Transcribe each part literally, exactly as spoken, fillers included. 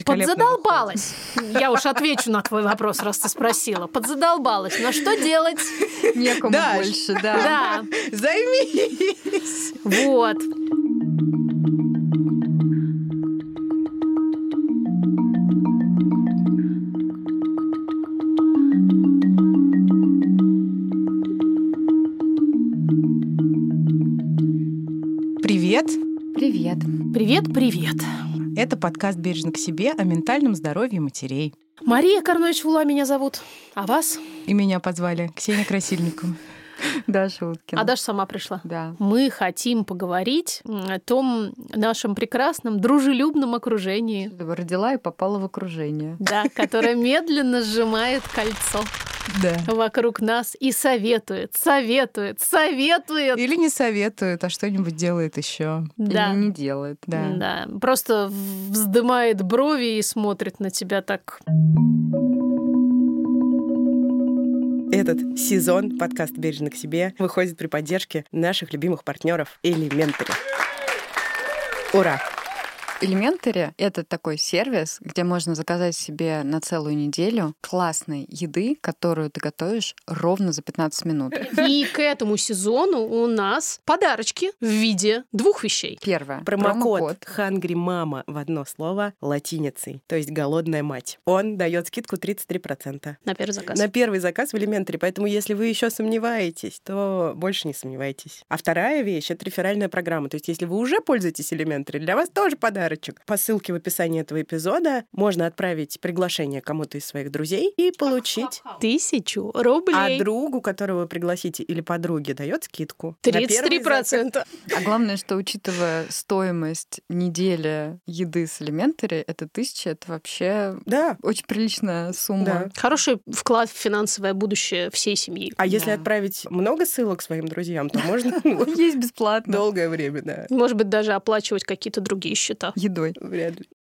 Подзадолбалась. Я уж отвечу на твой вопрос, раз ты спросила. Подзадолбалась. Но что делать? Некому Даш, больше, да. Да. Займись! Вот. Привет! Привет. Привет, привет. Это подкаст «Бережно к себе» о ментальном здоровье матерей. Мария Карнович-Вула меня зовут. А вас? И меня позвали Ксения Красильникова. Даша Уткина. А Даша сама пришла. Да. Мы хотим поговорить о том нашем прекрасном, дружелюбном окружении. Родила и попала в окружение. Да, которое медленно сжимает кольцо Да. вокруг нас и советует, советует, советует. Или не советует, а что-нибудь делает еще. Да. Или не делает. Да. Да, просто вздымает брови и смотрит на тебя так. Этот сезон подкаста «Бережно к себе» выходит при поддержке наших любимых партнеров Elementary. Ура! Elementary — это такой сервис, где можно заказать себе на целую неделю классной еды, которую ты готовишь ровно за пятнадцать минут. И к этому сезону у нас подарочки в виде двух вещей. Первое. Промокод Hungry Mama в одно слово латиницей, то есть голодная мать. Он дает скидку тридцать три процента. На первый заказ. На первый заказ в Elementary, поэтому если вы еще сомневаетесь, то больше не сомневайтесь. А вторая вещь — это реферальная программа, то есть если вы уже пользуетесь Elementary, для вас тоже подарок. По ссылке в описании этого эпизода можно отправить приглашение кому-то из своих друзей и получить... Тысячу рублей. А другу, которого вы пригласите, или подруге, дает скидку. на тридцать три первый процента. А главное, что, учитывая стоимость недели еды с Elementary, это тысяча, это вообще Да. очень приличная сумма. Да. Хороший вклад в финансовое будущее всей семьи. А если Да. отправить много ссылок своим друзьям, то можно ну, Есть бесплатно. долгое время, да. Может быть, даже оплачивать какие-то другие счета. Едой. Вряд ли.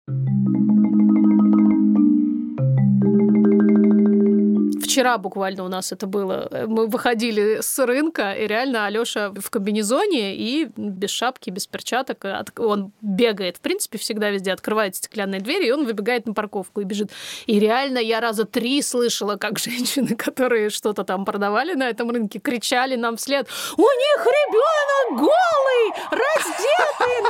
Вчера буквально у нас это было. Мы выходили с рынка, и реально Алёша в комбинезоне и без шапки, без перчаток. Он бегает, в принципе, всегда везде открывает стеклянные двери, и он выбегает на парковку и бежит. И реально я раза три слышала, как женщины, которые что-то там продавали на этом рынке, кричали нам вслед: «У них ребенок голый, раздетый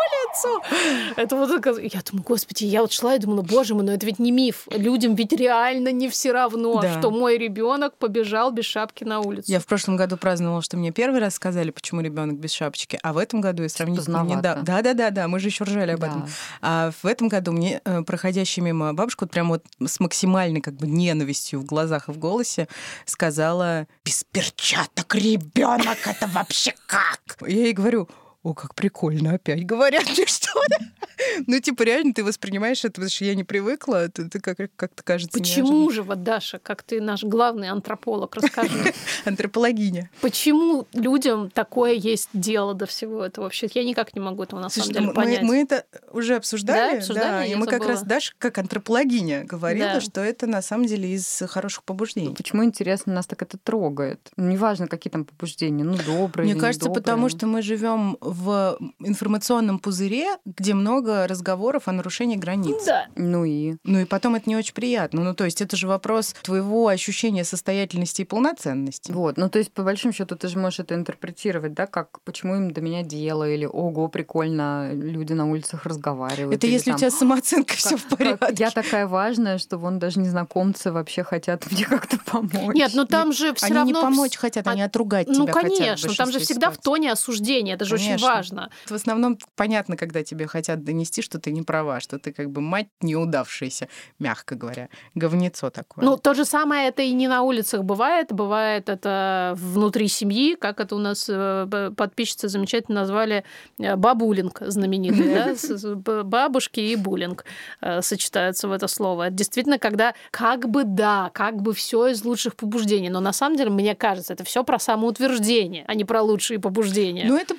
на улицу!» Это вот я думаю, господи, я вот шла и думала, боже мой, но это ведь не миф. Людям ведь реально не все равно, Да. что мой ребенок побежал без шапки на улицу. Я в прошлом году праздновала, что мне первый раз сказали, почему ребенок без шапочки, а в этом году я сравнительно недавно... Да, да, да, да, мы же еще ржали об Да. этом. А в этом году мне, э, проходящая мимо бабушка, вот прям вот с максимальной как бы ненавистью в глазах и в голосе сказала: «Без перчаток ребенок, это вообще как?» Я ей говорю: «О, как прикольно, опять говорят мне что-то». Ну, типа, реально ты воспринимаешь это, потому что я не привыкла, это, это как, как-то кажется Почему неожиданно. же, вот, Даша, как ты наш главный антрополог, расскажи, Антропологиня. почему людям такое есть дело до всего этого вообще? Я никак не могу этого на самом Слушай, деле мы, понять. мы это уже обсуждали, Да, обсуждали, да, я и мы как забыла. раз Даша, как антропологиня, говорила, Да. что это на самом деле из хороших побуждений. Почему, интересно, нас так это трогает? Неважно, какие там побуждения, ну, добрые Мне или кажется, недобрые. потому что мы живем в информационном пузыре, где много разговоров о нарушении границ. Да. Ну и... Ну и потом это не очень приятно. Ну, то есть это же вопрос твоего ощущения состоятельности и полноценности. Вот, ну то есть по большому счету ты же можешь это интерпретировать, да, как почему им до меня дело, или ого, прикольно, люди на улицах разговаривают. Это или если там, у тебя с самооценкой все как- в как порядке. Я такая важная, что вон даже незнакомцы вообще хотят мне как-то помочь. Нет, ну там же все Они равно... не помочь хотят, они А- отругать Ну, тебя хотят. в конечно, там же большинстве всегда в ситуаций. тоне осуждения, это же очень Конечно. важно. В основном понятно, когда тебе хотят донести, что ты не права, что ты как бы мать неудавшаяся, мягко говоря, говнецо такое. Ну, то же самое это и не на улицах бывает. Бывает это внутри семьи, как это у нас э, подписчицы замечательно назвали э, бабулинг знаменитый, да? С- с- б- Бабушки и буллинг э, сочетаются в это слово. Это действительно, когда как бы да, как бы все из лучших побуждений, но на самом деле, мне кажется, это все про самоутверждение, а не про лучшие побуждения. Ну, это бывает по-разному.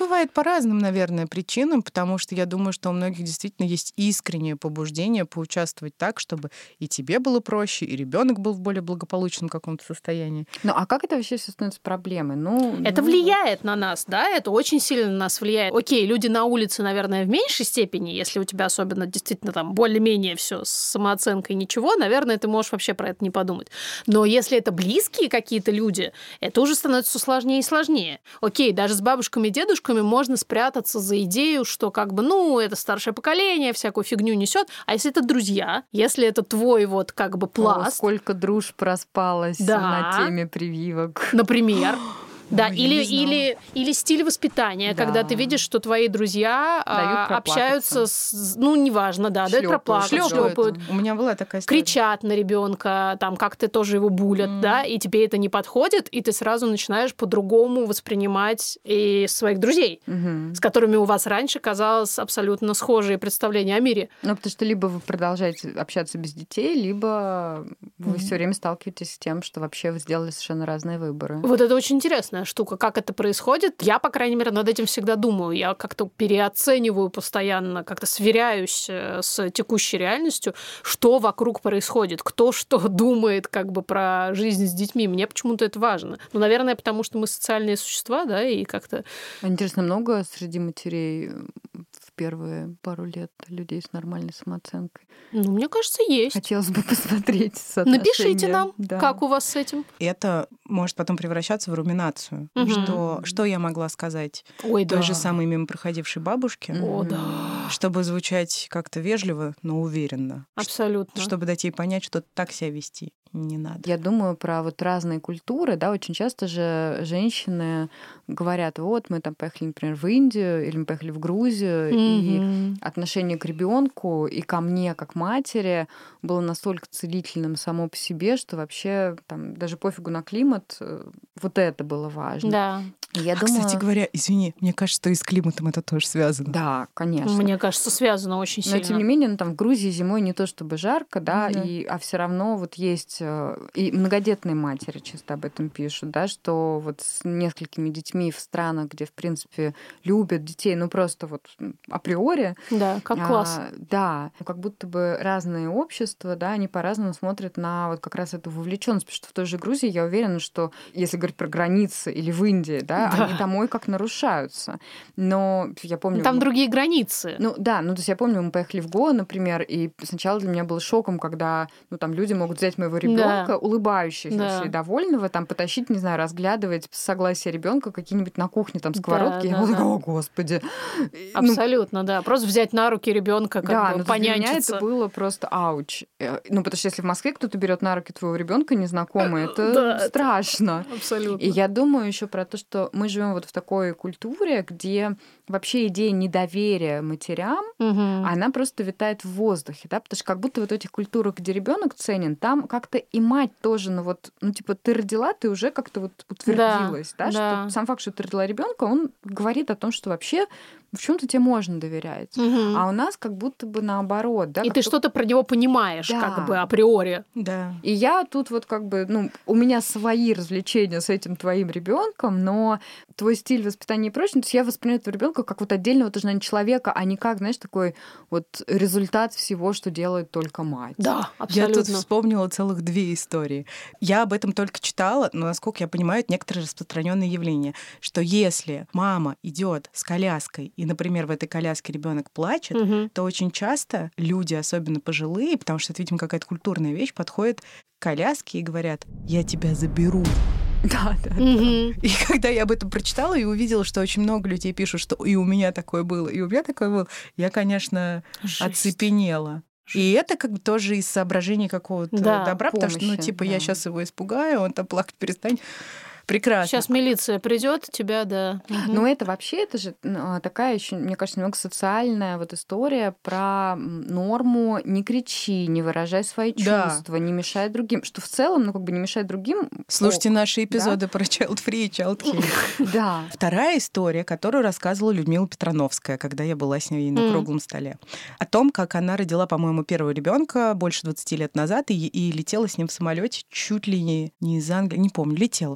разным, наверное, причинам, потому что я думаю, что у многих действительно есть искреннее побуждение поучаствовать так, чтобы и тебе было проще, и ребенок был в более благополучном каком-то состоянии. Ну, а как это вообще все становится проблемой? Ну, Это ну... влияет на нас, да, это очень сильно на нас влияет. Окей, люди на улице, наверное, в меньшей степени, если у тебя особенно действительно там более-менее все с самооценкой, ничего, наверное, ты можешь вообще про это не подумать. Но если это близкие какие-то люди, это уже становится все сложнее и сложнее. Окей, даже с бабушками и дедушками можно спрятаться за идею, что как бы, ну, это старшее поколение, всякую фигню несет. А если это друзья, если это твой вот как бы пласт... О, сколько дружб проспалось да. на теме прививок. Например... Да, Ой, или, или, или стиль воспитания, да. когда ты видишь, что твои друзья а, общаются с, ну, неважно, да, дают проплакать, шлепают. У меня была такая история. Кричат на ребенка, там как-то тоже его булят, mm. да, и тебе это не подходит, и ты сразу начинаешь по-другому воспринимать и своих друзей, mm-hmm. с которыми у вас раньше казалось абсолютно схожие представления о мире. Ну, потому что либо вы продолжаете общаться без детей, либо вы mm-hmm. все время сталкиваетесь с тем, что вообще вы сделали совершенно разные выборы. Вот это очень интересно. Штука, как это происходит. Я, по крайней мере, над этим всегда думаю. Я как-то переоцениваю постоянно, как-то сверяюсь с текущей реальностью, что вокруг происходит, кто что думает как бы про жизнь с детьми. Мне почему-то это важно. Ну, наверное, потому что мы социальные существа, да, и как-то... Интересно, много среди матерей в первые пару лет людей с нормальной самооценкой? Ну, мне кажется, есть. Хотелось бы посмотреть соотношение. Напишите нам, да. как у вас с этим. Это может потом превращаться в руминацию. Угу. Что, что я могла сказать Ой, той да. же самой мимо проходившей бабушке, О, да. чтобы звучать как-то вежливо, но уверенно. Абсолютно. Чтобы дать ей понять, что так себя вести не надо. Я думаю про вот разные культуры, да, очень часто же женщины говорят, вот мы там поехали, например, в Индию или мы поехали в Грузию, mm-hmm. и отношение к ребенку и ко мне как матери было настолько целительным само по себе, что вообще там даже пофигу на климат, вот это было важно. Да. Я а, думаю... кстати говоря, извини, мне кажется, что и с климатом это тоже связано. Да, конечно. Мне кажется, связано очень сильно. Но тем не менее, ну, там в Грузии зимой не то чтобы жарко, да, да. И, а все равно вот есть и многодетные матери часто об этом пишут, да, что вот с несколькими детьми в странах, где в принципе любят детей, ну просто вот априори. Да, как класс. А, да, как будто бы разные общества, да, они по-разному смотрят на вот как раз эту вовлеченность, потому что в той же Грузии я уверена, что если говорить про границы или в Индии, да, да. они там ой как нарушаются. Но я помню... Там мы... другие границы. Ну да, ну то есть я помню, мы поехали в Гоа, например, и сначала для меня было шоком, когда ну там люди могут взять моего ребенка, да. улыбающегося да. и довольного, там потащить, не знаю, разглядывать с согласия ребенка какие-нибудь на кухне там сковородки. Да, я да, была, да. о господи. Абсолютно, ну, да. Просто взять на руки ребенка, как да, бы ну, понянчиться. Для меня это было просто ауч. Ну потому что если в Москве кто-то берет на руки твоего ребенка незнакомый, это да, страшно. Это абсолютно. И я думаю еще про то, что мы живем вот в такой культуре, где вообще идея недоверия матерям, угу. она просто витает в воздухе, да, потому что как будто вот в этих культурах, где ребенок ценен, там как-то и мать тоже, ну вот, ну типа ты родила, ты уже как-то вот утвердилась, да, да, да. что сам факт, что ты родила ребенка, он говорит о том, что вообще в чем-то тебе можно доверять. Угу. А у нас как будто бы наоборот. Да, и ты что-то про него понимаешь, да. как бы априори. Да. И я тут вот как бы, ну, у меня свои развлечения с этим твоим ребенком, но твой стиль воспитания и прочее, то есть я воспринимаю этого ребенка как вот отдельного тоже, наверное, человека, а не как, знаешь, такой вот результат всего, что делает только мать. Да, абсолютно. Я тут вспомнила целых две истории. Я об этом только читала, но, насколько я понимаю, это некоторое распространенное явление, что если мама идет с коляской, и, например, в этой коляске ребенок плачет, угу. то очень часто люди, особенно пожилые, потому что это, видимо, какая-то культурная вещь, подходят к коляске и говорят: «Я тебя заберу». Да, да, угу. да. И когда я об этом прочитала и увидела, что очень много людей пишут, что и у меня такое было, и у меня такое было, я, конечно, Жесть. оцепенела. И это как бы тоже из соображений какого-то да, добра, помощи, потому что, ну, типа, да. я сейчас его испугаю, он там плакать перестанет. Прекрасно. Сейчас милиция придет, тебя, да. Угу. Но это вообще, это же такая еще, мне кажется, немного социальная вот история про норму «не кричи, не выражай свои чувства, да. не мешай другим», что в целом, ну, как бы не мешай другим. Слушайте ок, наши эпизоды да? про child-free и child-care. Да. Вторая история, которую рассказывала Людмила Петрановская, когда я была с ней на круглом столе, о том, как она родила, по-моему, первого ребенка больше двадцати лет назад и, и летела с ним в самолете чуть ли не, не из Англии, не помню, летела в самолете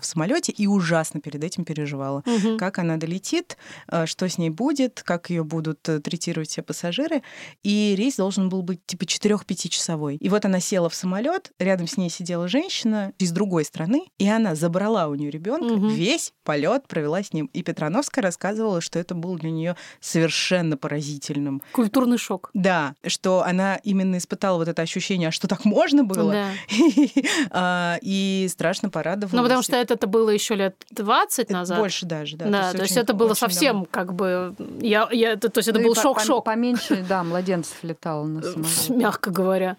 самолете и ужасно перед этим переживала. Угу. Как она долетит, что с ней будет, как ее будут третировать все пассажиры. И рейс должен был быть типа четыре-пятичасовой. И вот она села в самолет, рядом с ней сидела женщина из другой страны, и она забрала у нее ребенка, угу. весь полет провела с ним. И Петрановская рассказывала, что это было для нее совершенно поразительным. Культурный шок. Да, что она именно испытала вот это ощущение, а что так можно было? Да. И страшно порадовалась. Ну, потому что это было еще лет двадцать назад. Больше даже, да. Да, то есть это было совсем как бы... Я, я, то есть это был шок-шок. Поменьше, да, младенцев летало на самолете. Мягко говоря.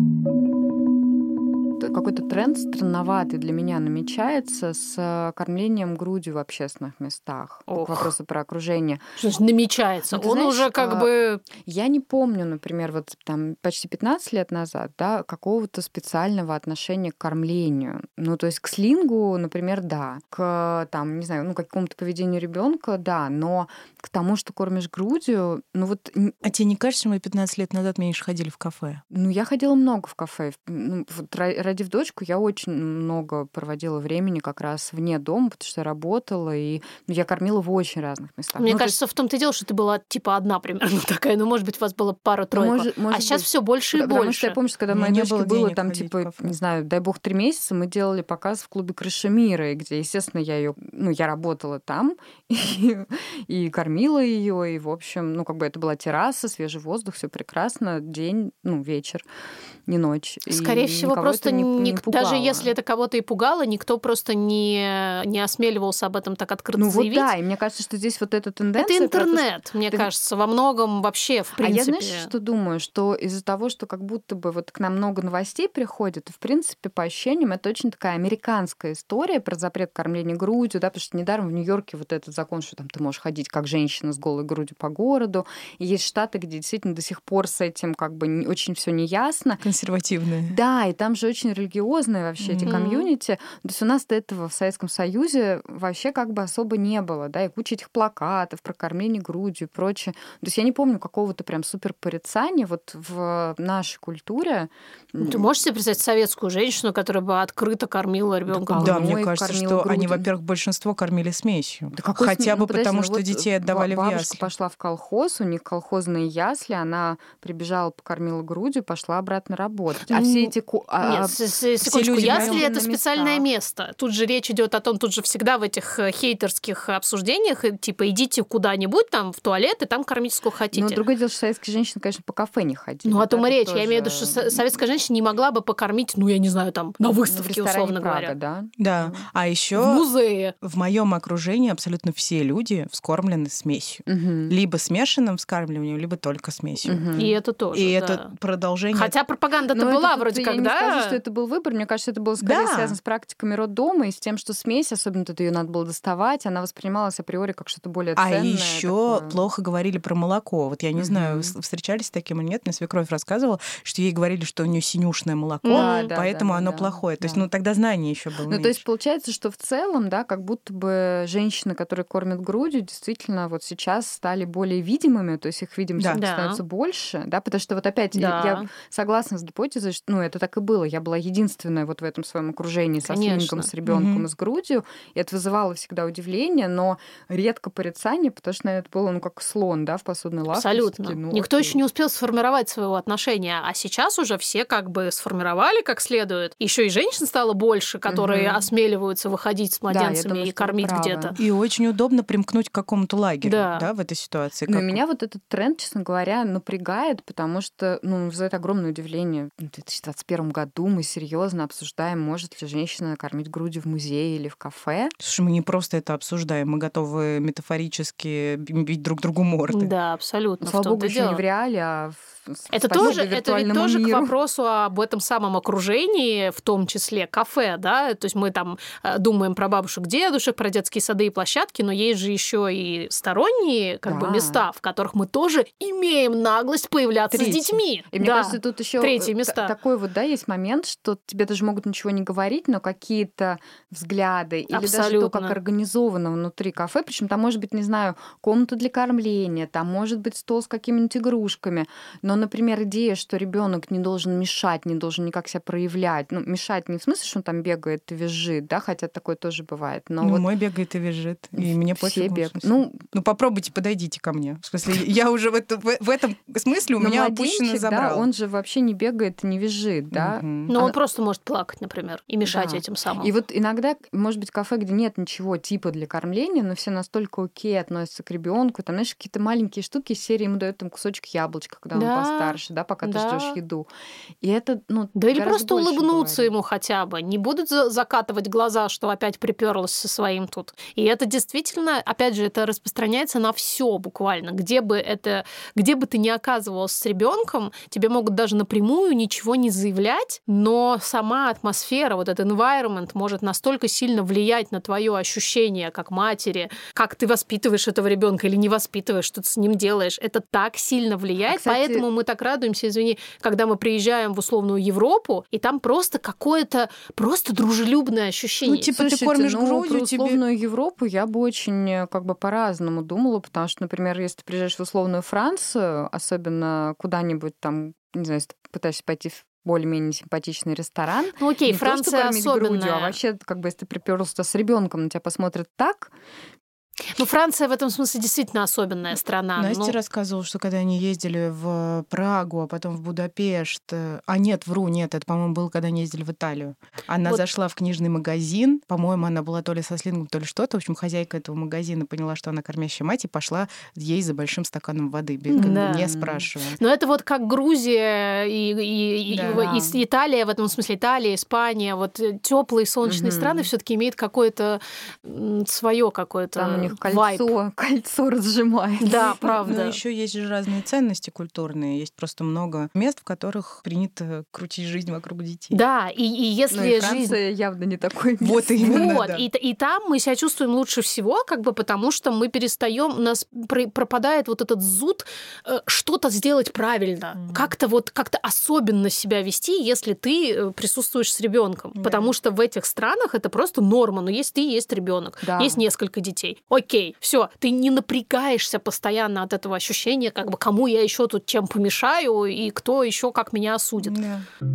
Какой-то тренд странноватый для меня намечается с кормлением грудью в общественных местах. К вопросу про окружение. Что значит намечается? Ну, Он знаешь, уже как бы... Я не помню, например, вот там почти пятнадцать лет назад, да, какого-то специального отношения к кормлению. Ну, то есть к слингу, например, да. К, там, не знаю, ну, какому-то поведению ребенка, да. Но к тому, что кормишь грудью, ну вот... А тебе не кажется, что мы пятнадцать лет назад меньше ходили в кафе? Ну, я ходила много в кафе. Ну, вот ради в дочку, я очень много проводила времени как раз вне дома, потому что я работала, и ну, я кормила в очень разных местах. Мне ну, кажется, есть... в том-то и дело, что ты была типа одна примерно такая, ну, может быть, у вас было пара-тройка. Может, может а сейчас все больше и потому больше. Потому что я помню, что когда моей дочке было, было там, типа, не знаю, дай бог, три месяца, мы делали показ в клубе «Крыша мира», где, естественно, я ее, ну, я работала там, и, и кормила ее, и, в общем, ну, как бы это была терраса, свежий воздух, все прекрасно, день, ну, вечер, не ночь. Скорее и всего, просто не, не даже если это кого-то и пугало, никто просто не, не осмеливался об этом так открыто ну, заявить. Ну вот да, и мне кажется, что здесь вот эта тенденция... Это интернет, что... мне Ты... кажется, во многом вообще, в принципе. А я, знаешь, что думаю? Что из-за того, что как будто бы вот к нам много новостей приходит, и, в принципе, по ощущениям, это очень такая американская история про запрет кормления грудью, да, потому что недаром в Нью-Йорке вот этот закон, что там ты можешь ходить как женщина с голой грудью по городу, и есть штаты, где действительно до сих пор с этим как бы не, очень все неясно. Консервативные. Да, и там же очень религиозные вообще mm-hmm. эти комьюнити. То есть у нас до этого в Советском Союзе вообще как бы особо не было, да, и куча этих плакатов про кормление грудью и прочее. То есть я не помню какого-то прям супер порицания вот в нашей культуре. Ты можешь себе представить советскую женщину, которая бы открыто кормила ребенка? Да, да, мне кажется, что грудью. Они, во-первых, большинство кормили смесью. Да какой Хотя см... бы ну, подожди, потому, ну, что вот детей отдавали в ясли. Бабушка пошла в колхоз, у них колхозные ясли, она прибежала, покормила грудью, пошла обратно работать. А все эти... Нет, секундочку, ясли — это специальное место. Тут же речь идет о том, тут же всегда в этих хейтерских обсуждениях, типа, идите куда-нибудь, там, в туалет, и там кормите сколько хотите. Ну, другое дело, что советские женщины, конечно, по кафе не ходили. Ну, о том и речь. Тоже... Я имею в виду, что советская женщина не могла бы покормить, ну, я не знаю, там, на выставке, условно Прага, говоря. Да, да. А еще в музее. В моем окружении абсолютно все люди вскормлены смесью. Угу. Либо смешанным вскармливанием, либо только смесью. Угу. И это тоже, И да. это продолжение... Хотя пропаганда-то Но была это, вроде я как, не да? скажу, что это был выбор. Мне кажется, это было скорее да. связано с практиками роддома и с тем, что смесь, особенно тут ее надо было доставать, она воспринималась априори как что-то более ценное. А еще такое. Плохо говорили про молоко. Вот я не mm-hmm. знаю, встречались с таким или нет, мне свекровь рассказывала, что ей говорили, что у нее синюшное молоко, mm-hmm. поэтому да, да, оно да, плохое. да. То есть, ну, тогда знание еще было Ну, меньше. то есть получается, что в целом, да, как будто бы женщины, которые кормят грудью, действительно вот сейчас стали более видимыми, то есть их видимость да. становится да. больше, да, потому что вот опять да. я согласна с гипотезой, что, ну, это так и было. Я была единственная вот в этом своем окружении со Конечно. слингом, с ребенком mm-hmm. и с грудью, и это вызывало всегда удивление, но редко порицание, потому что, наверное, это было, ну, как слон, да, в посудной лавке. Абсолютно. Ну, Никто окей. еще не успел сформировать своего отношения, а сейчас уже все как бы сформировали как следует. Еще и женщин стало больше, которые угу. осмеливаются выходить с младенцами да, думаю, и кормить где-то. И очень удобно примкнуть к какому-то лагерю, да, да в этой ситуации. Ну, как... меня вот этот тренд, честно говоря, напрягает, потому что, ну, вызывает огромное удивление. В две тысячи двадцать первом году мы серьезно обсуждаем, может ли женщина кормить грудью в музее или в кафе. Слушай, мы не просто это обсуждаем, мы готовы метафорически бить друг другу морды. Да, абсолютно. Слава богу, еще не в реале, а в это тоже, это ведь тоже миру. К вопросу об этом самом окружении, в том числе кафе, да, то есть мы там думаем про бабушек, дедушек, про детские сады и площадки, но есть же еще и сторонние как да. бы места, в которых мы тоже имеем наглость появляться Третий. с детьми. И мне да. кажется, тут еще третьи места. Такой вот, да, есть момент, что тебе даже могут ничего не говорить, но какие-то взгляды или Абсолютно. даже то, как организовано внутри кафе, причем там может быть, не знаю, комната для кормления, там может быть стол с какими-нибудь игрушками, но Но, например, идея, что ребенок не должен мешать, не должен никак себя проявлять. Ну, мешать не в смысле, что он там бегает и визжит, да, хотя такое тоже бывает. Но ну, вот мой бегает и визжит. И мне все пофигу. бегают. Ну, ну, попробуйте, подойдите ко мне. В смысле, я уже в, это, в, в этом смысле у меня опущено забрало. Да, он же вообще не бегает и не визжит, да. Угу. Но а... он просто может плакать, например, и мешать да. этим самым. И вот иногда, может быть, кафе, где нет ничего типа для кормления, но все настолько окей относятся к ребенку, там, знаешь, какие-то маленькие штуки из серии ему дают там кусочек яблочка, когда да. он постарше, да, пока да. ты ждешь еду. И это, ну, да или просто улыбнуться бывает. Ему хотя бы. Не будут закатывать глаза, что опять приперлась со своим тут. И это действительно, опять же, это распространяется на все буквально. Где бы это, где бы ты ни оказывалась с ребенком, тебе могут даже напрямую ничего не заявлять, но сама атмосфера, вот этот environment может настолько сильно влиять на твое ощущение как матери, как ты воспитываешь этого ребенка или не воспитываешь, что ты с ним делаешь. Это так сильно влияет, а, кстати... поэтому мы так радуемся, извини, когда мы приезжаем в условную Европу, и там просто какое-то просто дружелюбное ощущение. Ну, типа, слушайте, ты кормишь ну, грудью, про условную тебе... Европу я бы очень как бы по-разному думала, потому что, например, если ты приезжаешь в условную Францию, особенно куда-нибудь там, не знаю, если ты пытаешься пойти в более-менее симпатичный ресторан. Ну окей, не Франция то, что особенная. Грудью, а вообще, как бы, если ты припёрлся с ребенком, на тебя посмотрят так. Ну, Франция в этом смысле действительно особенная страна. Настя ну... рассказывала, что когда они ездили в Прагу, а потом в Будапешт... А нет, вру, нет, это, по-моему, было, когда они ездили в Италию. Она вот. Зашла в книжный магазин, по-моему, она была то ли со слингом, то ли что-то. В общем, хозяйка этого магазина поняла, что она кормящая мать, и пошла ей за большим стаканом воды, как да. бы не спрашивая. Но это вот как Грузия и, и, да. и, и Италия, в этом смысле Италия, Испания, вот теплые солнечные угу. страны все-таки имеют какое-то свое какое-то там у них кольцо, кольцо разжимается. Да, правда. Но еще есть же разные ценности культурные. Есть просто много мест, в которых принято крутить жизнь вокруг детей. Да, и, и если но и жизнь... Франция явно не такой место. Вот именно, вот, да. и, и там мы себя чувствуем лучше всего, как бы потому что мы перестаем, у нас пропадает вот этот зуд что-то сделать правильно, mm-hmm. как-то вот как-то особенно себя вести, если ты присутствуешь с ребенком, yeah. потому что в этих странах это просто норма. Но есть ты, есть ребенок, да. есть несколько детей. Окей. Все, ты не напрягаешься постоянно от этого ощущения, как бы кому я еще тут чем помешаю и кто еще как меня осудит. Yeah.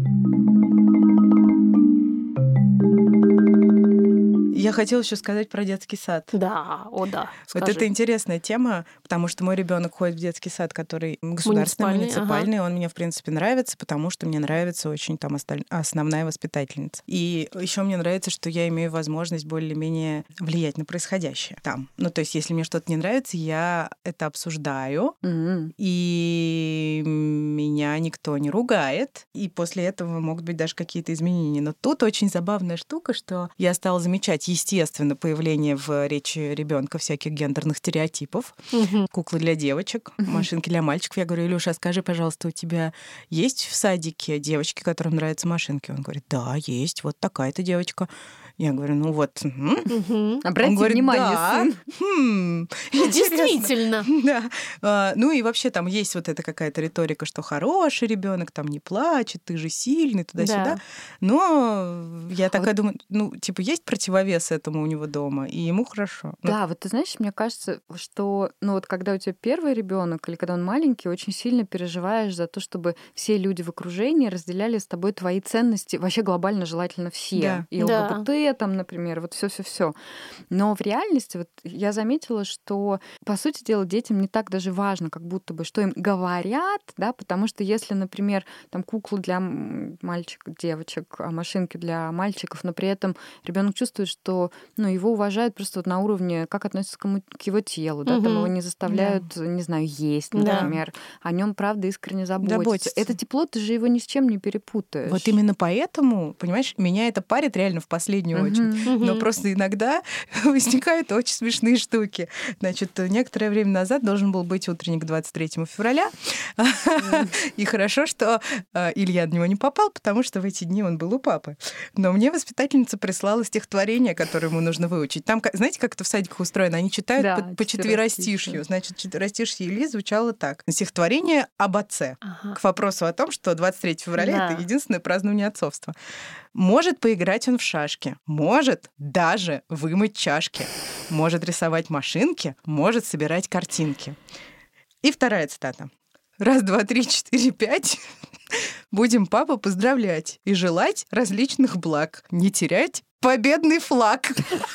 Я хотела еще сказать про детский сад. Да, о да. Скажи. Вот это интересная тема, потому что мой ребенок ходит в детский сад, который государственный, муниципальный. муниципальный. Ага. Он мне, в принципе, нравится, потому что мне нравится очень там осталь... основная воспитательница. И еще мне нравится, что я имею возможность более-менее влиять на происходящее там. Ну, то есть, если мне что-то не нравится, я это обсуждаю, mm-hmm. и меня никто не ругает, и после этого могут быть даже какие-то изменения. Но тут очень забавная штука, что я стала замечать, естественно, появление в речи ребенка всяких гендерных стереотипов. Угу. Куклы для девочек, угу. машинки для мальчиков. Я говорю: Илюша, а скажи, пожалуйста, у тебя есть в садике девочки, которым нравятся машинки? Он говорит: да, есть, вот такая-то девочка. Я говорю: ну вот. Угу. Обратите говорит, внимание, да. сын. Хм, действительно. Да. А, ну и вообще там есть вот эта какая-то риторика, что хороший ребенок там не плачет, ты же сильный, туда-сюда. Да. Но я такая вот. думаю, ну, типа, есть противовес этому у него дома, и ему хорошо. Да, ну. вот ты знаешь, мне кажется, что ну вот когда у тебя первый ребенок или когда он маленький, очень сильно переживаешь за то, чтобы все люди в окружении разделяли с тобой твои ценности, вообще глобально желательно все. Да. И ЛГБТ да. там, например, вот все-все-все. Но в реальности вот я заметила, что, по сути дела, детям не так даже важно, как будто бы, что им говорят, да, потому что если, например, там куклу для мальчиков, девочек, а машинки для мальчиков, но при этом ребенок чувствует, что ну, его уважают просто вот на уровне, как относятся к, ему, к его телу, да, угу. там его не заставляют, да. не знаю, есть, например, да. о нем правда искренне заботятся. заботятся. Это тепло, ты же его ни с чем не перепутаешь. Вот именно поэтому, понимаешь, меня это парит реально в последнюю угу. очередь. Угу. Но просто иногда возникают очень смешные штуки. Значит, некоторое время назад должен был быть утренник двадцать третьего февраля. И хорошо, что Илья на него не попал, потому что в эти дни он был у папы. Но мне воспитательница прислала стихотворение, которое ему нужно выучить. Там, знаете, как это в садиках устроено? Они читают да, по, по четверостишью. Значит, четверостишье Ильи звучало так. Стихотворение об отце. Ага. К вопросу о том, что двадцать третьего февраля да. это единственное празднование отцовства. Может поиграть он в шашки, может даже вымыть чашки, может рисовать машинки, может собирать картинки. И вторая цитата. Раз, два, три, четыре, пять. Будем папу поздравлять и желать различных благ. Не терять победный флаг.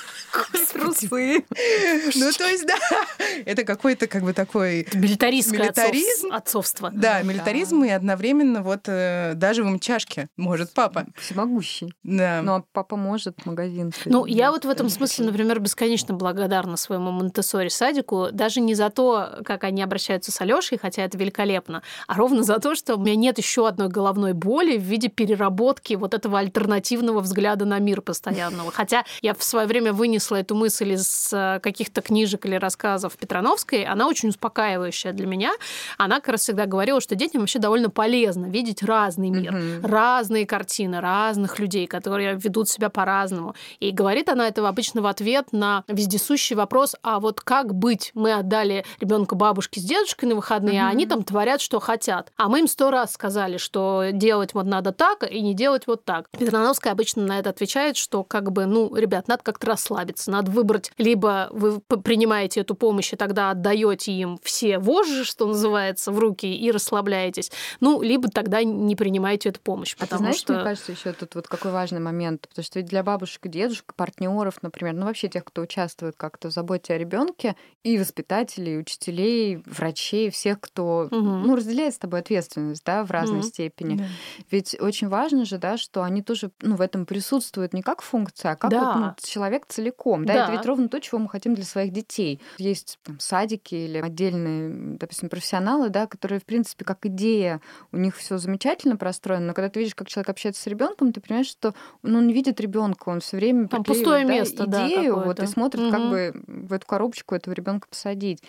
Трусы. Ну, то есть, да, это какой-то как бы такой... Милитаристское милитаризм. отцовство. Да, милитаризм, и одновременно вот э, даже в мчашке может папа. Всемогущий. Да. Но папа может магазин. Ну, я вот в этом смысле, например, бесконечно благодарна своему Монтессори садику, даже не за то, как они обращаются с Алёшей, хотя это великолепно, а ровно за то, что у меня нет еще одной головной боли в виде переработки вот этого альтернативного взгляда на мир постоянного. Хотя я в свое время вынесла эту мысль из каких-то книжек или рассказов Петрановской, она очень успокаивающая для меня. Она как раз всегда говорила, что детям вообще довольно полезно видеть разный мир, mm-hmm. разные картины, разных людей, которые ведут себя по-разному. И говорит она это обычно в ответ на вездесущий вопрос, а вот как быть? Мы отдали ребенка бабушке с дедушкой на выходные, mm-hmm. а они там творят, что хотят. А мы им сто раз сказали, что делать вот надо так и не делать вот так. Петрановская обычно на это отвечает, что как бы, ну, ребят, надо как-то расслабиться. Надо выбрать, либо вы принимаете эту помощь и тогда отдаете им все вожжи, что называется, в руки и расслабляетесь, ну, либо тогда не принимаете эту помощь. А ты знаешь, что... мне кажется, еще тут вот какой важный момент, потому что ведь для бабушек и дедушек, партнеров, например, ну, вообще тех, кто участвует как-то в заботе о ребенке, и воспитателей, и учителей, врачей, всех, кто, угу. ну, разделяет с тобой ответственность, да, в разной угу. степени. Да. Ведь очень важно же, да, что они тоже, ну, в этом присутствуют не как функция, а как да. вот, ну, человек целиком. Да, да, это ведь ровно то, чего мы хотим для своих детей. Есть там, садики или отдельные, допустим, профессионалы, да, которые, в принципе, как идея, у них все замечательно простроено, но когда ты видишь, как человек общается с ребенком, ты понимаешь, что ну, он не видит ребенка, он все время там пустое да, место, идею, да, вот, и смотрит, угу. как бы в эту коробочку этого ребенка посадить.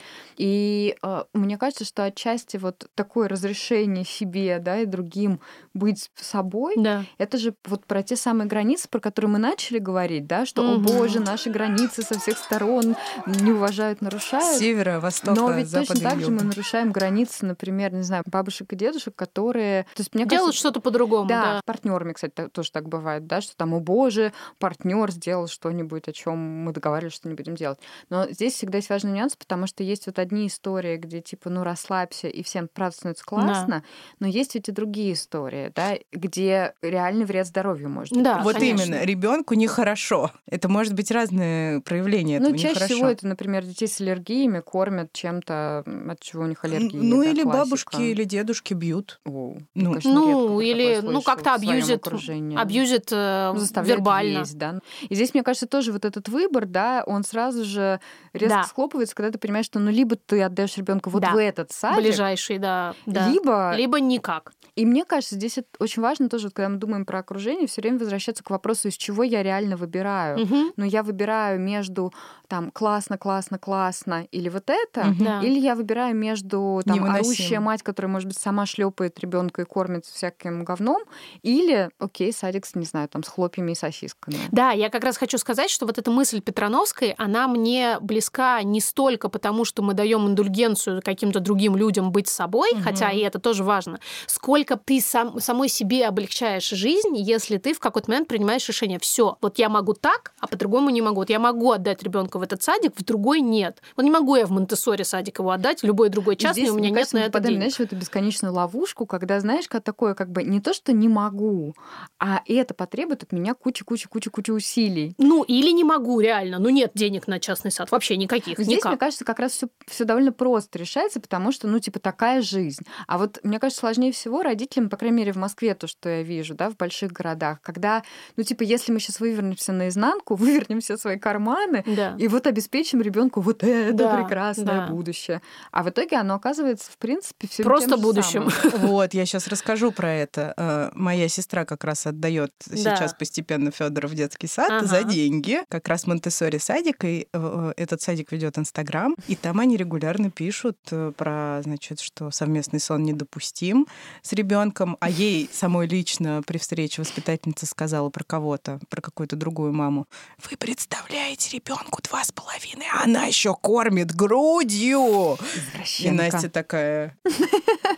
И э, мне кажется, что отчасти вот такое разрешение себе, да, и другим быть собой, да. это же вот про те самые границы, про которые мы начали говорить, да, что, угу. о боже, наши границы со всех сторон не уважают, нарушают. С севера, востока, но ведь запада, точно так же юга. мы нарушаем границы, например, не знаю, бабушек и дедушек, которые... То есть, мне делают кажется, что-то по-другому. Да, да. с партнерами, кстати, тоже так бывает, да, что там, о боже, партнер сделал что-нибудь, о чем мы договаривались, что не будем делать. Но здесь всегда есть важный нюанс, потому что есть вот одни истории, где типа, ну, расслабься, и всем правда становится классно, да. но есть ведь и другие истории, да, где реальный вред здоровью может быть. Да, вот конечно. именно, ребенку нехорошо. Это может быть разные проявления этого ну, чаще нехорошо. всего это, например, детей с аллергиями кормят чем-то, от чего у них аллергия. Ну, да, или классика. бабушки, или дедушки бьют. О, ну, конечно, ну или ну, как-то абьюзит, абьюзит э, вербально. Есть, да. И здесь, мне кажется, тоже вот этот выбор, да, он сразу же резко да. схлопывается, когда ты понимаешь, что ну либо ты отдаешь ребенка вот да. в этот садик, ближайший, да, да. либо либо никак. И мне кажется, здесь это очень важно тоже, когда мы думаем про окружение, все время возвращаться к вопросу, из чего я реально выбираю. Угу. Но я выбираю между там классно, классно, классно или вот это, угу. да. или я выбираю между там орущая мать, которая, может быть, сама шлепает ребенка и кормит всяким говном, или, окей, садик, не знаю, там с хлопьями и сосисками. Да, я как раз хочу сказать, что вот эта мысль Петрановской, она мне близка не столько потому, что мы даем индульгенцию каким-то другим людям быть собой, угу. хотя и это тоже важно, сколько ты сам, самой себе облегчаешь жизнь, если ты в какой-то момент принимаешь решение, все, вот я могу так, а по-другому не могу. Вот я могу отдать ребенка в этот садик, в другой нет. Вот не могу я в Монтессори садик его отдать, любой другой частный, у меня нет кажется, на это денег. Знаешь, в эту бесконечную ловушку, когда, знаешь, как такое, как бы не то, что не могу, а это потребует от меня куча-куча-куча-куча усилий. Ну, или не могу, реально. Ну, нет денег на частный сад, вообще никаких. Здесь, никак. мне кажется, как раз все довольно просто решается, потому что, ну, типа, такая жизнь. А вот, мне кажется, сложнее всего родителям, по крайней мере, в Москве, то, что я вижу, да, в больших городах, когда, ну, типа, если мы сейчас вывернемся наизнанку, вывернем все свои карманы, да. и вот обеспечим ребенку вот это да, прекрасное да. будущее. А в итоге оно оказывается, в принципе, все просто будущим. Вот, я сейчас расскажу про это. Моя сестра как раз отдает да. сейчас постепенно Федора в детский сад ага. за деньги. Как раз Монтессори садик, и этот садик ведет Инстаграм, и там они регулярно пишут про, значит, что совместный сон недопустим с ребенком, а ей самой лично при встрече воспитательница сказала про кого-то, про какую-то другую маму: вы представляете, ребенку два с половиной, а она еще кормит грудью. И Настя такая: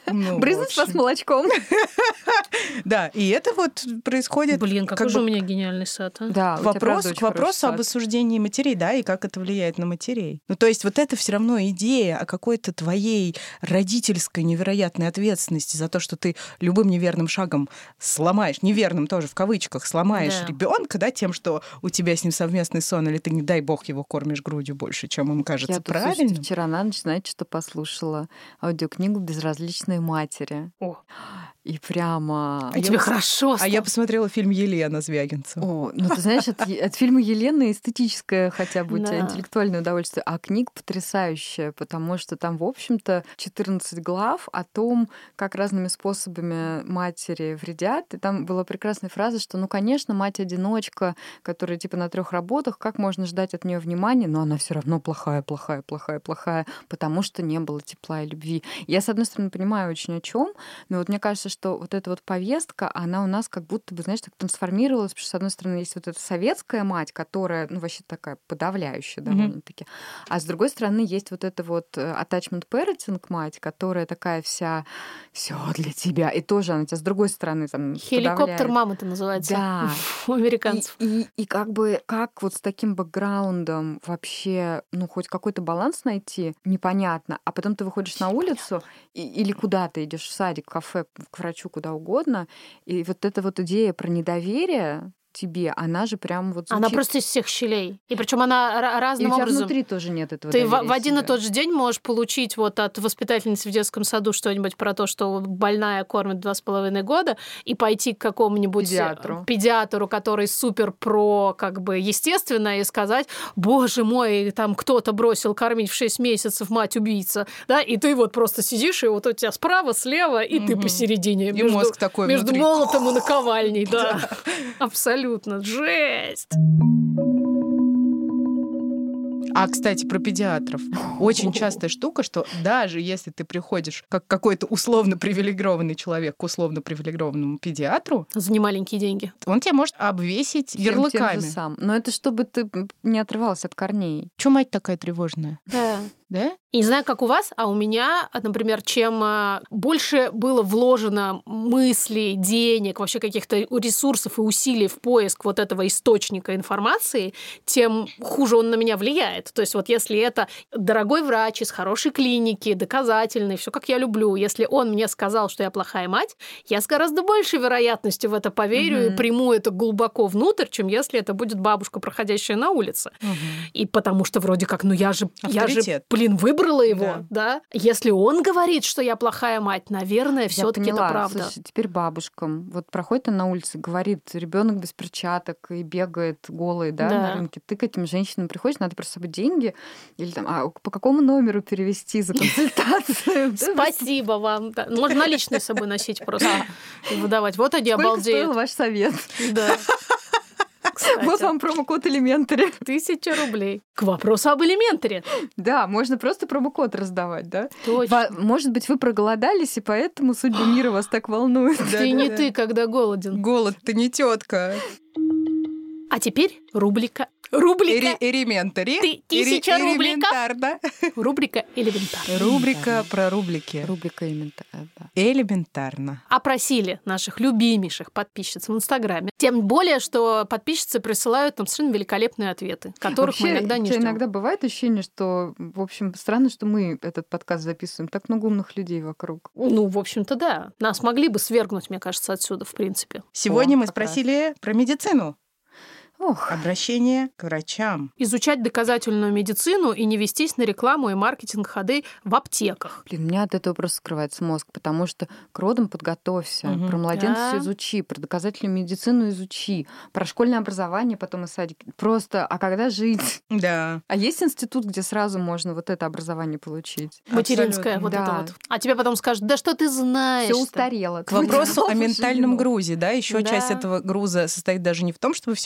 Ну, брызнуть вас молочком. Да, и это вот происходит... Блин, какой как же бы у меня гениальный сад, а? Да, вопрос к вопросу об осуждении матерей, да, и как это влияет на матерей. Ну, то есть вот это все равно идея о какой-то твоей родительской невероятной ответственности за то, что ты любым неверным шагом сломаешь, неверным тоже в кавычках, сломаешь Да. ребенка, да, тем, что у тебя с ним совместный сон, или ты, не дай бог, его кормишь грудью больше, чем ему кажется Я тут, правильным. слушайте, вчера на ночь, знаете, что послушала? Аудиокнигу «Безразличные матери». О. И прямо... А тебе хорошо А стало. я посмотрела фильм «Елена» Звягинцева. О, ну ты знаешь, от, от фильма Елены эстетическое хотя бы у тебя Да. интеллектуальное удовольствие, а книга потрясающая, потому что там, в общем-то, четырнадцать глав о том, как разными способами матери вредят. И там была прекрасная фраза, что, ну, конечно, мать-одиночка, которая типа на трех работах, как можно ждать от нее внимания, но она все равно плохая, плохая, плохая, плохая, потому что не было тепла и любви. Я, с одной стороны, понимаю очень о чем, но вот мне кажется, что вот эта вот повестка, она у нас как будто бы, знаешь, так трансформировалась, потому что, с одной стороны, есть вот эта советская мать, которая, ну, вообще такая подавляющая Мгм. довольно-таки, а с другой стороны, есть вот эта вот э, attachment parenting мать, которая такая вся, все для тебя, и тоже она тебя с другой стороны там Хеликоптер подавляет. мамы это называется. Да. У американцев. И, и, и как бы, как вот с таким бэкграундом вообще, ну, хоть какой-то баланс найти, непонятно. А потом ты выходишь на улицу и- или куда ты идешь, в садик, в кафе, к врачу, куда угодно, и вот эта вот идея про недоверие тебе, она же прям вот Она звучит... просто из всех щелей. И причем она ра- И у разным тебя образом. внутри тоже нет этого Ты в, доверия в один и себе. тот же день можешь получить вот от воспитательницы в детском саду что-нибудь про то, что больная кормит два с половиной года, и пойти к какому-нибудь Педиатру. педиатру, который супер про как бы естественно, и сказать: боже мой, там кто-то бросил кормить в шесть месяцев, мать убийца, да, и ты вот просто сидишь, и вот у тебя справа, слева, и ты Мгм. посередине. И между, мозг такой между внутри. молотом и наковальней, да. Абсолютно. Жесть. А, кстати, про педиатров. Очень частая штука, что даже если ты приходишь как какой-то условно привилегированный человек к условно привилегированному педиатру, За немаленькие деньги. он тебя может обвесить Всем тем же ярлыками. сам. Но это чтобы ты не отрывался от корней. Чё мать такая тревожная? Да. Да? И не знаю, как у вас, а у меня, например, чем а, больше было вложено мыслей, денег, вообще каких-то ресурсов и усилий в поиск вот этого источника информации, тем хуже он на меня влияет. То есть вот если это дорогой врач из хорошей клиники, доказательный, все как я люблю, если он мне сказал, что я плохая мать, я с гораздо большей вероятностью в это поверю Мгм. и приму это глубоко внутрь, чем если это будет бабушка, проходящая на улице. И потому что вроде как, ну я же, я же, Авторитет. блин, выбрала его, Да. да. Если он говорит, что я плохая мать, наверное, Я все-таки это поняла. правда. Слушай, теперь бабушкам. Вот проходит она на улице, говорит, ребенок без перчаток и бегает голый, да, Да. на рынке. Ты к этим женщинам приходишь, надо просто с собой деньги или там, а по какому номеру перевести за консультацию? Да, Спасибо вам. Да. Можно наличные с собой носить просто и выдавать. Вот они Сколько стоил обалдеют. ваш совет? Да. Кстати, Вот вам промокод Elementary. тысяча рублей. К вопросу об элементаре. Да, можно просто промокод раздавать, да? Точно. Во- Может быть, вы проголодались, и поэтому судьба мира вас так волнует. Ты не ты, когда голоден. Голод, ты не тетка. А теперь рубрика. Рубрика. Элементари. Ты тысяча рубликов. Элементарно. Рубрика элементар. Рубрика про рубрики. Рубрика элементарная, да. Элементарно. Опросили наших любимейших подписчиц в Инстаграме. Тем более, что подписчицы присылают нам совершенно великолепные ответы, которых мы Вообще, иногда не у тебя ждем. иногда бывает ощущение, что, в общем, странно, что мы этот подкаст записываем. Так много умных людей вокруг. Ну, в общем-то, да. Нас могли бы свергнуть, мне кажется, отсюда, в принципе. Сегодня О, мы как раз. спросили про медицину. Ох, Обращение к врачам. Изучать доказательную медицину и не вестись на рекламу и маркетинг ходы в аптеках. блин, у меня от этого просто скрывается мозг, потому что к родам подготовься, Мгм. про младенцев Да. изучи, про доказательную медицину изучи, про школьное образование потом и садик. Просто, а когда жить? Да. А есть институт, где сразу можно вот это образование получить? Материнская, Абсолютно. вот Да. это вот. А тебе потом скажут: да что ты знаешь? Все устарело. К вопросу о Твой ментальном жених. грузе, да, еще Да. часть этого груза состоит даже не в том, чтобы все это знать,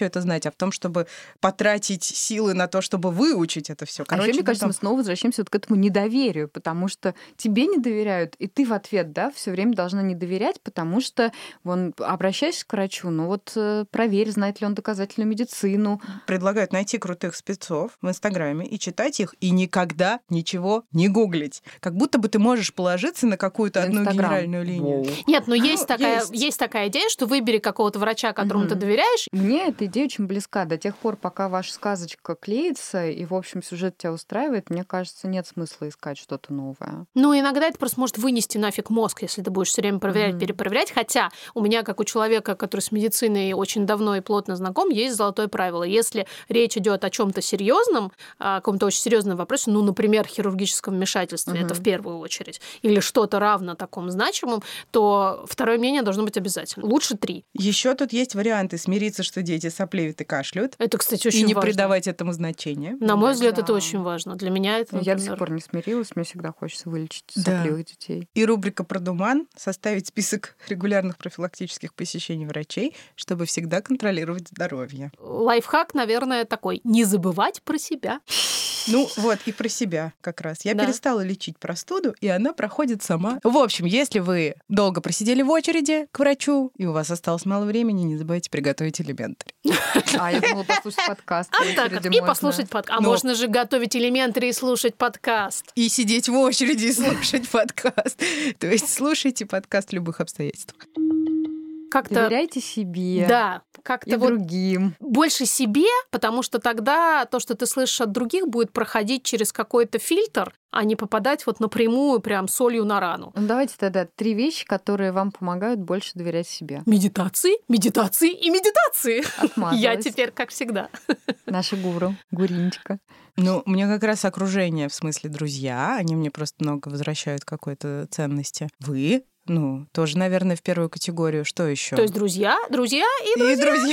а в том, чтобы потратить силы на то, чтобы выучить это все. А еще, мне кажется, мы снова возвращаемся вот к этому недоверию, потому что тебе не доверяют, и ты в ответ, да, все время должна не доверять, потому что вон обращаешься к врачу, ну вот проверь, знает ли он доказательную медицину. Предлагают найти крутых спецов в Инстаграме и читать их, и никогда ничего не гуглить. Как будто бы ты можешь положиться на какую-то одну Инстаграм. генеральную линию. Воу. Нет, но есть, Ну, такая, есть. есть такая идея, что выбери какого-то врача, которому Мгм. ты доверяешь. Мне эта идея очень близка. До тех пор, пока ваша сказочка клеится, и, в общем, сюжет тебя устраивает, мне кажется, нет смысла искать что-то новое. Ну, иногда это просто может вынести нафиг мозг, если ты будешь все время проверять, Мгм. перепроверять. Хотя у меня, как у человека, который с медициной очень давно и плотно знаком, есть золотое правило. Если речь идет о чем-то серьезном, о каком-то очень серьезном вопросе, ну, например, хирургическом вмешательстве, Мгм. это в первую очередь, или что-то равно такому значимому, то второе мнение должно быть обязательно. Лучше три. Еще тут есть варианты смириться, что дети соплеют и кашляют, Это, кстати, очень и не важно. придавать этому значения. На мой взгляд, Да. это очень важно. Для меня это, Я до сих например, пор не смирилась, мне всегда хочется вылечить Да. сопливых детей. И рубрика про Думан — составить список регулярных профилактических посещений врачей, чтобы всегда контролировать здоровье. лайфхак, наверное, такой. Не забывать про себя. Ну вот, и про себя как раз. Я Да. перестала лечить простуду, и она проходит сама. В общем, если вы долго просидели в очереди к врачу, и у вас осталось мало времени, не забывайте приготовить элементари. А я думала послушать подкаст. А в так очереди вот, и можно. послушать подкаст. А Ну. можно же готовить элементари и слушать подкаст. И сидеть в очереди и слушать подкаст. То есть слушайте подкаст в любых обстоятельствах. Как-то... Доверяйте себе Да, и как-то вот другим. больше себе, потому что тогда то, что ты слышишь от других, будет проходить через какой-то фильтр, а не попадать вот напрямую прям солью на рану. Ну, давайте тогда три вещи, которые вам помогают больше доверять себе. Медитации, медитации и медитации. Отмазалась. Я теперь, как всегда. Наша гуру, гуринечка. Ну, мне как раз окружение, в смысле друзья, они мне просто много возвращают какой-то ценности. Вы, ну, тоже, наверное, в первую категорию. Что еще? То есть друзья, друзья и... И друзья.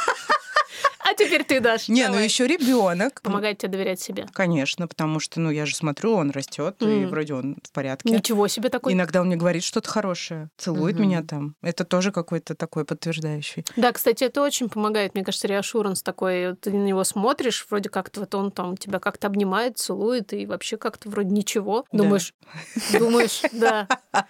А теперь ты, Даш, Не, ну давай. еще ребенок. Помогает тебе доверять себе. Конечно, потому что, ну, я же смотрю, он растет, и Мгм. вроде он в порядке. Ничего себе такой. Иногда он мне говорит что-то хорошее, целует Мгм. меня там. Это тоже какой-то такой подтверждающий. Да, кстати, это очень помогает. Мне кажется, реашуранс такой. Ты на него смотришь, вроде как-то вот он там тебя как-то обнимает, целует, и вообще как-то вроде ничего. Да. Думаешь, думаешь, да.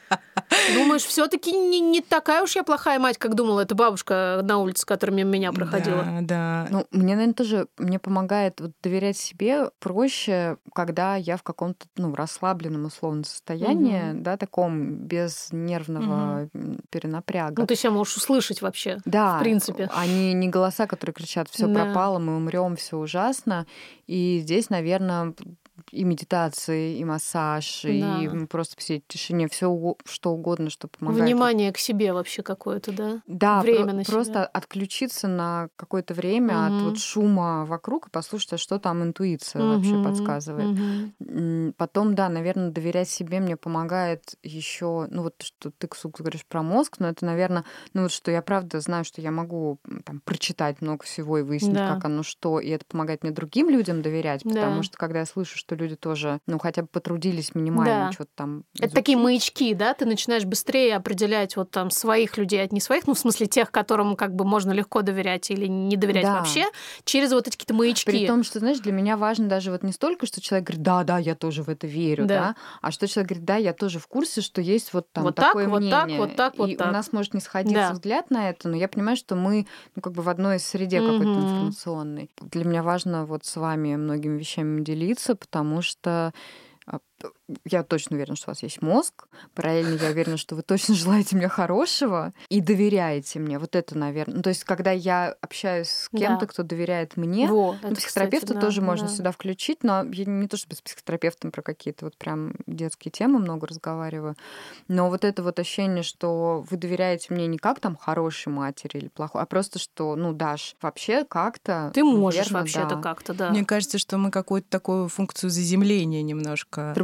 Думаешь, все таки не, не такая уж я плохая мать, как думала эта бабушка на улице, которая мимо меня проходила. Да, да. Ну, мне, наверное, тоже мне помогает вот доверять себе проще, когда я в каком-то, ну, расслабленном условном состоянии, Мгм. да, таком без нервного м, перенапряга. Ну, ты себя можешь услышать вообще. Да, в принципе. они не голоса, которые кричат, все Да. пропало, мы умрем, все ужасно. И здесь, наверное, и медитации, и массаж, Да. и м, просто посидеть в тишине, все что угодно, что помогает. Внимание к себе вообще какое-то, да? Да, время про- на просто себя. отключиться на какое-то время от Мгм. вот шума вокруг и послушать, а что там интуиция вообще Мгм, подсказывает. мгм. М, Потом, да, наверное, доверять себе мне помогает еще, ну вот что ты, Ксукс, говоришь про мозг, но это, наверное, ну вот что я правда знаю, что я могу м, там прочитать много всего и выяснить, Да. как оно что, и это помогает мне другим людям доверять, потому Да. что когда я слышу, что люди тоже, ну хотя бы потрудились минимально Да. что-то там Это такие изучить. маячки, да? Ты начинаешь быстрее определять вот там своих людей от не своих, ну, в смысле тех, которым как бы можно легко доверять или не доверять Да. вообще, через вот эти какие-то маячки. При том, что, знаешь, для меня важно даже вот не столько, что человек говорит, да, да, я тоже в это верю, Да. да, а что человек говорит, да, я тоже в курсе, что есть вот там Вот так, такое вот мнение. так, вот так, вот и так. у нас может не сходиться Да. взгляд на это, но я понимаю, что мы, ну, как бы в одной среде какой-то Мгм. информационной. Для меня важно вот с вами многими вещами делиться, потому что а, п- я точно уверена, что у вас есть мозг. Параллельно я уверена, что вы точно желаете мне хорошего и доверяете мне. Вот это, наверное. Ну, то есть, когда я общаюсь с кем-то, Да. кто доверяет мне, Во, ну, это, психотерапевта кстати, да, тоже можно да. сюда включить, но я не то чтобы с психотерапевтом про какие-то вот прям детские темы много разговариваю, но вот это вот ощущение, что вы доверяете мне не как там хорошей матери или плохой, а просто, что, ну, Даш, вообще Ты как-то... можешь наверно, вообще-то да. как-то, да. Мне кажется, что мы какую-то такую функцию заземления немножко Друг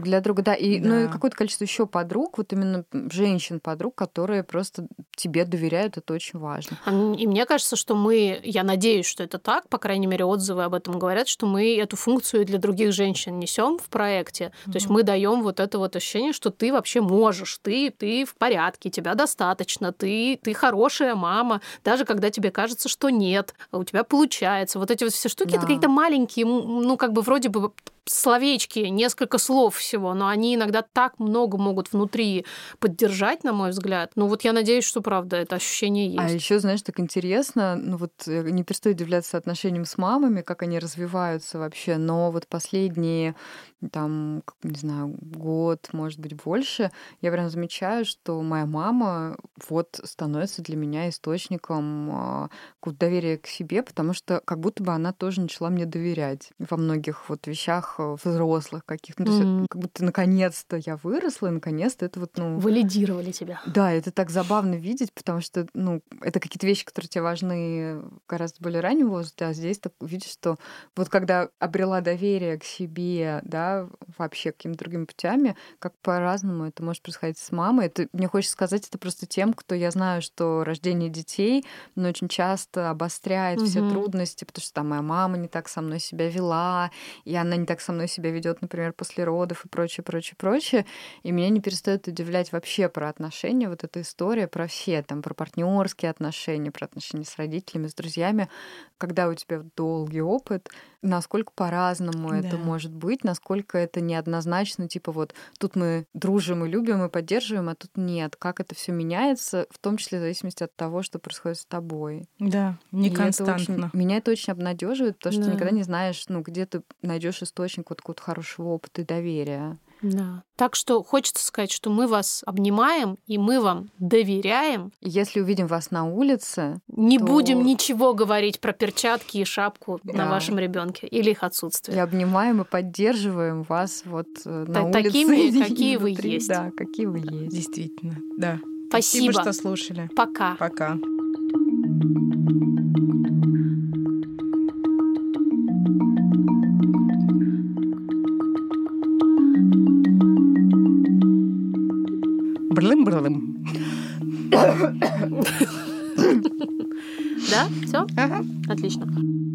для друга, да. И, Да. ну, и какое-то количество еще подруг, вот именно женщин-подруг, которые просто тебе доверяют, это очень важно. И мне кажется, что мы, я надеюсь, что это так, по крайней мере, отзывы об этом говорят, что мы эту функцию для других женщин несем в проекте. Mm-hmm. То есть мы даем вот это вот ощущение, что ты вообще можешь, ты, ты в порядке, тебя достаточно, ты, ты хорошая мама, даже когда тебе кажется, что нет, у тебя получается. Вот эти вот все штуки, да. это какие-то маленькие, ну, как бы вроде бы словечки, несколько слов всего, но они иногда так много могут внутри поддержать, на мой взгляд. Ну вот я надеюсь, что правда это ощущение есть. А еще, знаешь, так интересно, ну вот не перестаю удивляться отношениям с мамами, как они развиваются вообще, но вот последние, там, не знаю, год, может быть, больше, я прям замечаю, что моя мама вот становится для меня источником доверия к себе, потому что как будто бы она тоже начала мне доверять во многих вот вещах взрослых каких-то. Ну, mm-hmm. то есть как будто наконец-то я выросла, и наконец-то это вот, ну... Валидировали тебя. Да, это так забавно видеть, потому что, ну, это какие-то вещи, которые тебе важны гораздо более раннем возрасте, а здесь так видишь, что вот когда обрела доверие к себе, да, вообще какими-то другими путями, как по-разному это может происходить с мамой. Это, мне хочется сказать, это просто тем, кто, я знаю, что рождение детей, но очень часто обостряет mm-hmm. все трудности, потому что там моя мама не так со мной себя вела, и она не так со мной себя ведет, например, после родов и прочее, прочее, прочее. И меня не перестает удивлять вообще про отношения, вот эта история про все, там, про партнерские отношения, про отношения с родителями, с друзьями, когда у тебя долгий опыт, насколько по-разному да. это может быть, насколько это неоднозначно, типа вот тут мы дружим и любим и поддерживаем, а тут нет. Как это все меняется, в том числе в зависимости от того, что происходит с тобой. Да, не и константно. Это очень, меня это очень обнадеживает, потому что да. ты никогда не знаешь, ну, где ты найдешь источник вот какого-то хорошего опыта и доверия. Да. Так что хочется сказать, что мы вас обнимаем, и мы вам доверяем. Если увидим вас на улице, не то... будем ничего говорить про перчатки и шапку да. на вашем ребенке или их отсутствие. И обнимаем и поддерживаем вас вот на Т- улице. Такими, какие вы внутри. есть. Да, какие вы есть. Действительно, да. Спасибо. Спасибо, что слушали. Пока. Пока. Брлым-брлым. Да? Все? Ага. Отлично.